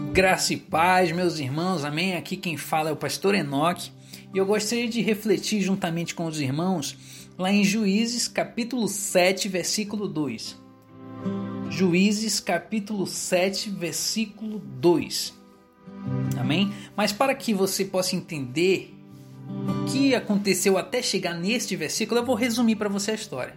Graça e paz, meus irmãos, amém? Aqui quem fala é o pastor Enoque e eu gostaria de refletir juntamente com os irmãos lá em Juízes capítulo 7, versículo 2. Juízes capítulo 7, versículo 2. Amém? Mas para que você possa entender o que aconteceu até chegar neste versículo, eu vou resumir para você a história.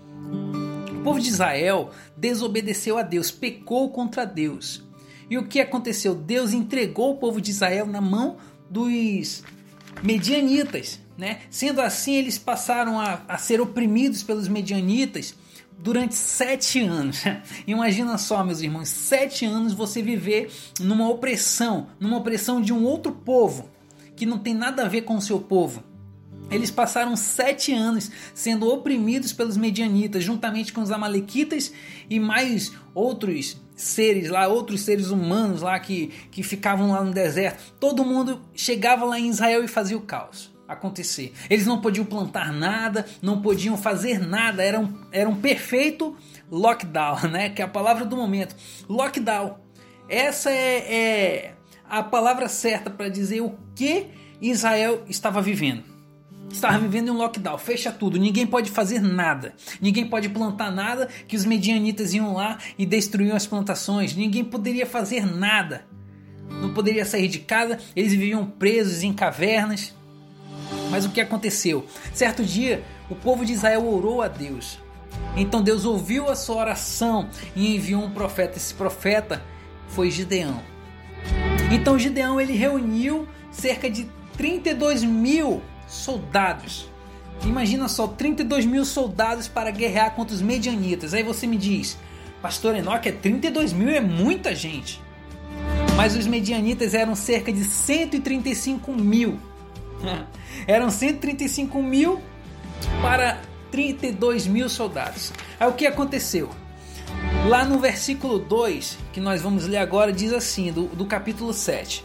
O povo de Israel desobedeceu a Deus, pecou contra Deus. E o que aconteceu? Deus entregou o povo de Israel na mão dos medianitas, né? Sendo assim, eles passaram a ser oprimidos pelos medianitas durante 7 anos. Imagina só, meus irmãos, 7 anos você viver numa opressão de um outro povo, que não tem nada a ver com o seu povo. Eles passaram 7 anos sendo oprimidos pelos medianitas, juntamente com os amalequitas e mais outros seres humanos lá que ficavam lá no deserto. Todo mundo chegava lá em Israel e fazia o caos acontecer. Eles não podiam plantar nada, não podiam fazer nada, era um perfeito lockdown, né? Que é a palavra do momento. Lockdown. Essa é a palavra certa para dizer o que Israel estava vivendo. Estava vivendo em um lockdown, fecha tudo, ninguém pode fazer nada, ninguém pode plantar nada, que os medianitas iam lá e destruíam as plantações, ninguém poderia fazer nada, não poderia sair de casa, eles viviam presos em cavernas. Mas o que aconteceu? Certo dia, o povo de Israel orou a Deus, então Deus ouviu a sua oração e enviou um profeta. Esse profeta foi Gideão. Então Gideão ele reuniu cerca de 32 mil soldados. Imagina só, 32 mil soldados para guerrear contra os medianitas. Aí você me diz, pastor Enoque, 32 mil é muita gente. Mas os medianitas eram cerca de 135 mil. Eram 135 mil para 32 mil soldados. Aí o que aconteceu? Lá no versículo 2, que nós vamos ler agora, diz assim, do capítulo 7.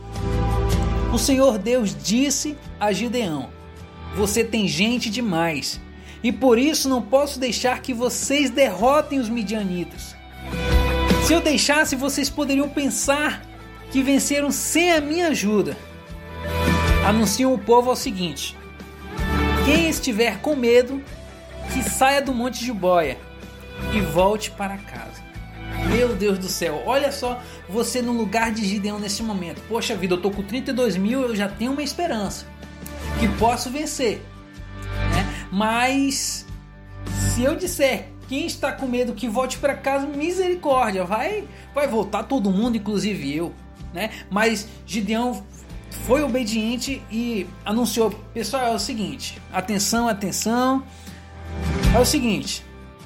O Senhor Deus disse a Gideão: você tem gente demais, e por isso não posso deixar que vocês derrotem os midianitas. Se eu deixasse, vocês poderiam pensar que venceram sem a minha ajuda. Anunciam o povo ao seguinte: quem estiver com medo, que saia do monte de Boia e volte para casa. Meu Deus do céu, olha só você no lugar de Gideão nesse momento. Poxa vida, eu tô com 32 mil, eu já tenho uma esperança que posso vencer, né? Mas se eu disser quem está com medo que volte para casa, misericórdia, vai voltar todo mundo, inclusive eu, né? Mas Gideão foi obediente e anunciou: pessoal, é o seguinte, atenção, é o seguinte,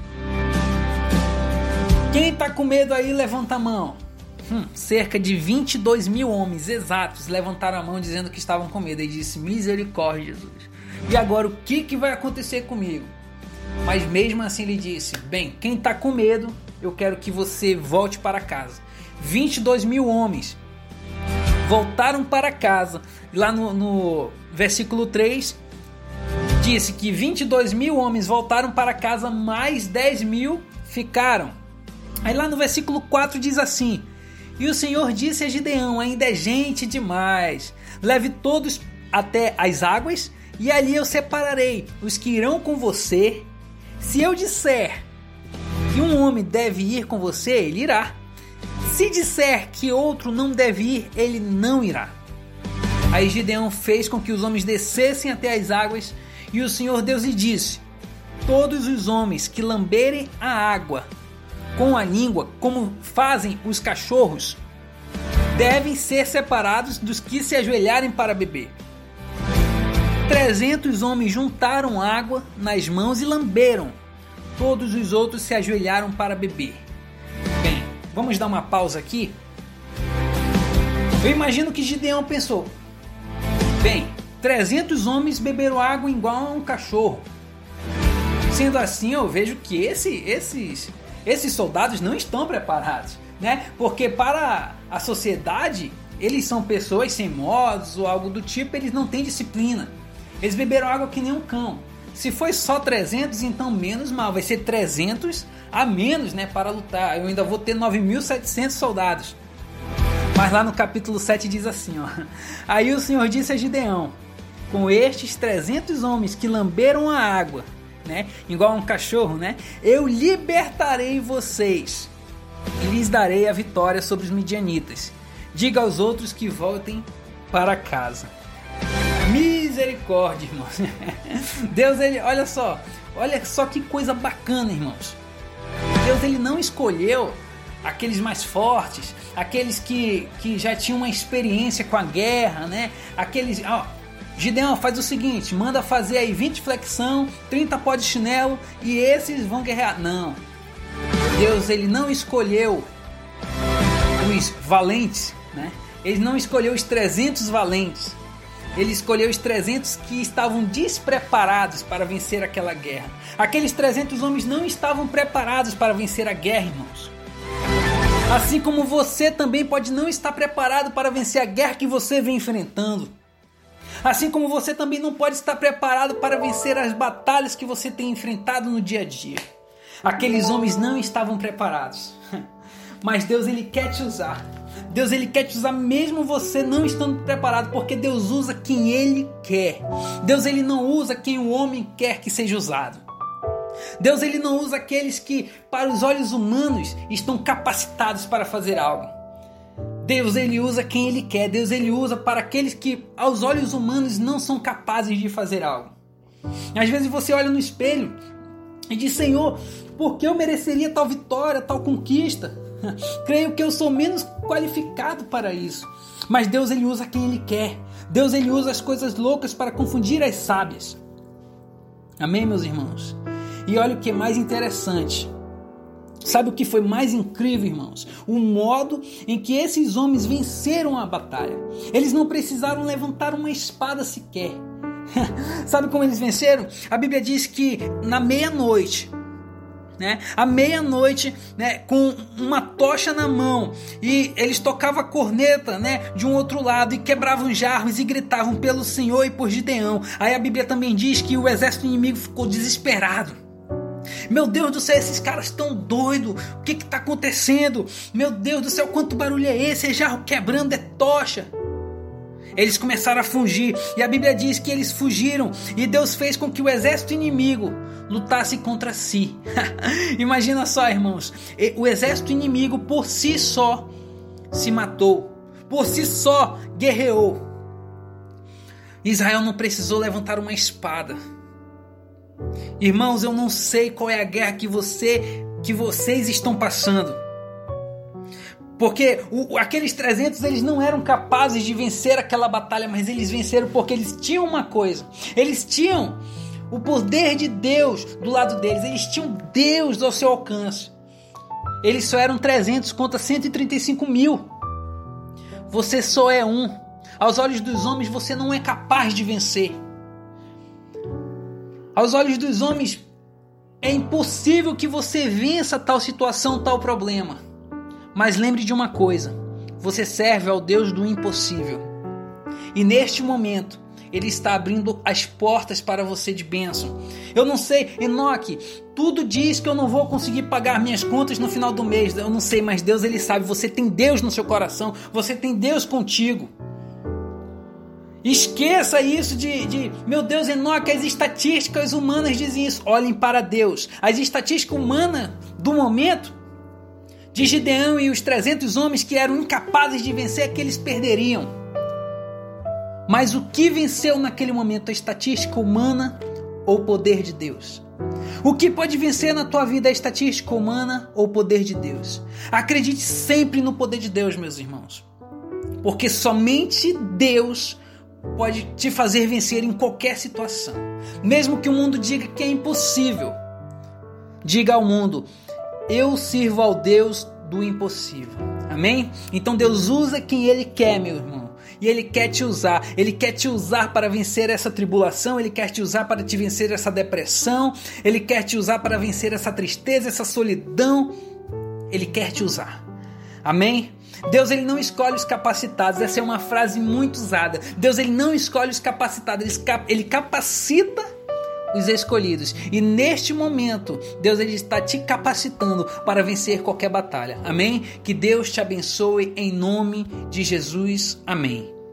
quem está com medo aí, levanta a mão. Cerca de 22 mil homens exatos levantaram a mão dizendo que estavam com medo. E disse: misericórdia, Jesus. E agora o que vai acontecer comigo? Mas mesmo assim ele disse: bem, quem está com medo, eu quero que você volte para casa. 22 mil homens voltaram para casa. Lá no versículo 3 disse que 22 mil homens voltaram para casa, mais 10 mil ficaram. Aí lá no versículo 4 diz assim: e o Senhor disse a Gideão: ainda é gente demais, leve todos até as águas, e ali eu separarei os que irão com você. Se eu disser que um homem deve ir com você, ele irá. Se disser que outro não deve ir, ele não irá. Aí Gideão fez com que os homens descessem até as águas, e o Senhor Deus lhe disse: todos os homens que lamberem a água com a língua, como fazem os cachorros, devem ser separados dos que se ajoelharem para beber. 300 homens juntaram água nas mãos e lamberam. Todos os outros se ajoelharam para beber. Bem, vamos dar uma pausa aqui. Eu imagino que Gideão pensou: bem, 300 homens beberam água igual a um cachorro. Sendo assim, eu vejo que esses soldados não estão preparados, né? Porque para a sociedade, eles são pessoas sem modos ou algo do tipo, eles não têm disciplina. Eles beberam água que nem um cão. Se foi só 300, então menos mal, vai ser 300 a menos, né, para lutar. Eu ainda vou ter 9.700 soldados. Mas lá no capítulo 7 diz assim, ó. Aí o Senhor disse a Gideão: com estes 300 homens que lamberam a água, né, igual um cachorro, né, eu libertarei vocês e lhes darei a vitória sobre os midianitas. Diga aos outros que voltem para casa. Misericórdia, irmãos. Deus, ele, olha só que coisa bacana, irmãos. Deus, ele não escolheu aqueles mais fortes, aqueles que já tinham uma experiência com a guerra, né? Aqueles, ó, Gideão, faz o seguinte, manda fazer aí 20 flexão, 30 pó de chinelo e esses vão guerrear. Não. Deus, ele não escolheu os valentes, né? Ele não escolheu os 300 valentes. Ele escolheu os 300 que estavam despreparados para vencer aquela guerra. Aqueles 300 homens não estavam preparados para vencer a guerra, irmãos. Assim como você também pode não estar preparado para vencer a guerra que você vem enfrentando. Assim como você também não pode estar preparado para vencer as batalhas que você tem enfrentado no dia a dia. Aqueles homens não estavam preparados. Mas Deus, ele quer te usar. Deus, ele quer te usar mesmo você não estando preparado, porque Deus usa quem ele quer. Deus, ele não usa quem o homem quer que seja usado. Deus, ele não usa aqueles que para os olhos humanos estão capacitados para fazer algo. Deus, ele usa quem ele quer. Deus, ele usa para aqueles que aos olhos humanos não são capazes de fazer algo. Às vezes você olha no espelho e diz: Senhor, por que eu mereceria tal vitória, tal conquista? Creio que eu sou menos qualificado para isso. Mas Deus, ele usa quem ele quer. Deus, ele usa as coisas loucas para confundir as sábias. Amém, meus irmãos? E olha o que é mais interessante. Sabe o que foi mais incrível, irmãos? O modo em que esses homens venceram a batalha. Eles não precisaram levantar uma espada sequer. Sabe como eles venceram? A Bíblia diz que na meia-noite, né, à meia-noite, né, com uma tocha na mão, e eles tocavam a corneta, né, de um outro lado, e quebravam jarros e gritavam pelo Senhor e por Gideão. Aí a Bíblia também diz que o exército inimigo ficou desesperado. Meu Deus do céu, esses caras estão doidos. O que está acontecendo? Meu Deus do céu, quanto barulho é esse? É jarro quebrando, é tocha. Eles começaram a fugir, e a Bíblia diz que eles fugiram, e Deus fez com que o exército inimigo lutasse contra si. Imagina só, irmãos, o exército inimigo por si só se matou, por si só guerreou. Israel não precisou levantar uma espada. Irmãos, eu não sei qual é a guerra que vocês estão passando. Porque aqueles 300, eles não eram capazes de vencer aquela batalha, mas eles venceram porque eles tinham uma coisa. Eles tinham o poder de Deus do lado deles. Eles tinham Deus ao seu alcance. Eles só eram 300 contra 135 mil. Você só é um. Aos olhos dos homens, você não é capaz de vencer. Aos olhos dos homens, é impossível que você vença tal situação, tal problema. Mas lembre de uma coisa: você serve ao Deus do impossível. E neste momento, Ele está abrindo as portas para você de bênção. Eu não sei, Enoque, tudo diz que eu não vou conseguir pagar minhas contas no final do mês. Eu não sei, mas Deus, Ele sabe. Você tem Deus no seu coração. Você tem Deus contigo. Esqueça isso meu Deus, Enoque, as estatísticas humanas dizem isso. Olhem para Deus. As estatísticas humanas do momento de Gideão e os 300 homens que eram incapazes de vencer, é que eles perderiam. Mas o que venceu naquele momento? A estatística humana ou o poder de Deus? O que pode vencer na tua vida? A estatística humana ou o poder de Deus? Acredite sempre no poder de Deus, meus irmãos. Porque somente Deus pode te fazer vencer em qualquer situação. Mesmo que o mundo diga que é impossível, diga ao mundo: eu sirvo ao Deus do impossível. Amém? Então Deus usa quem Ele quer, meu irmão. E Ele quer te usar. Ele quer te usar para vencer essa tribulação. Ele quer te usar para te vencer essa depressão. Ele quer te usar para vencer essa tristeza, essa solidão. Ele quer te usar. Amém? Deus, Ele não escolhe os capacitados. Essa é uma frase muito usada. Deus, Ele não escolhe os capacitados. Ele capacita os escolhidos. E neste momento, Deus ele está te capacitando para vencer qualquer batalha. Amém? Que Deus te abençoe em nome de Jesus. Amém.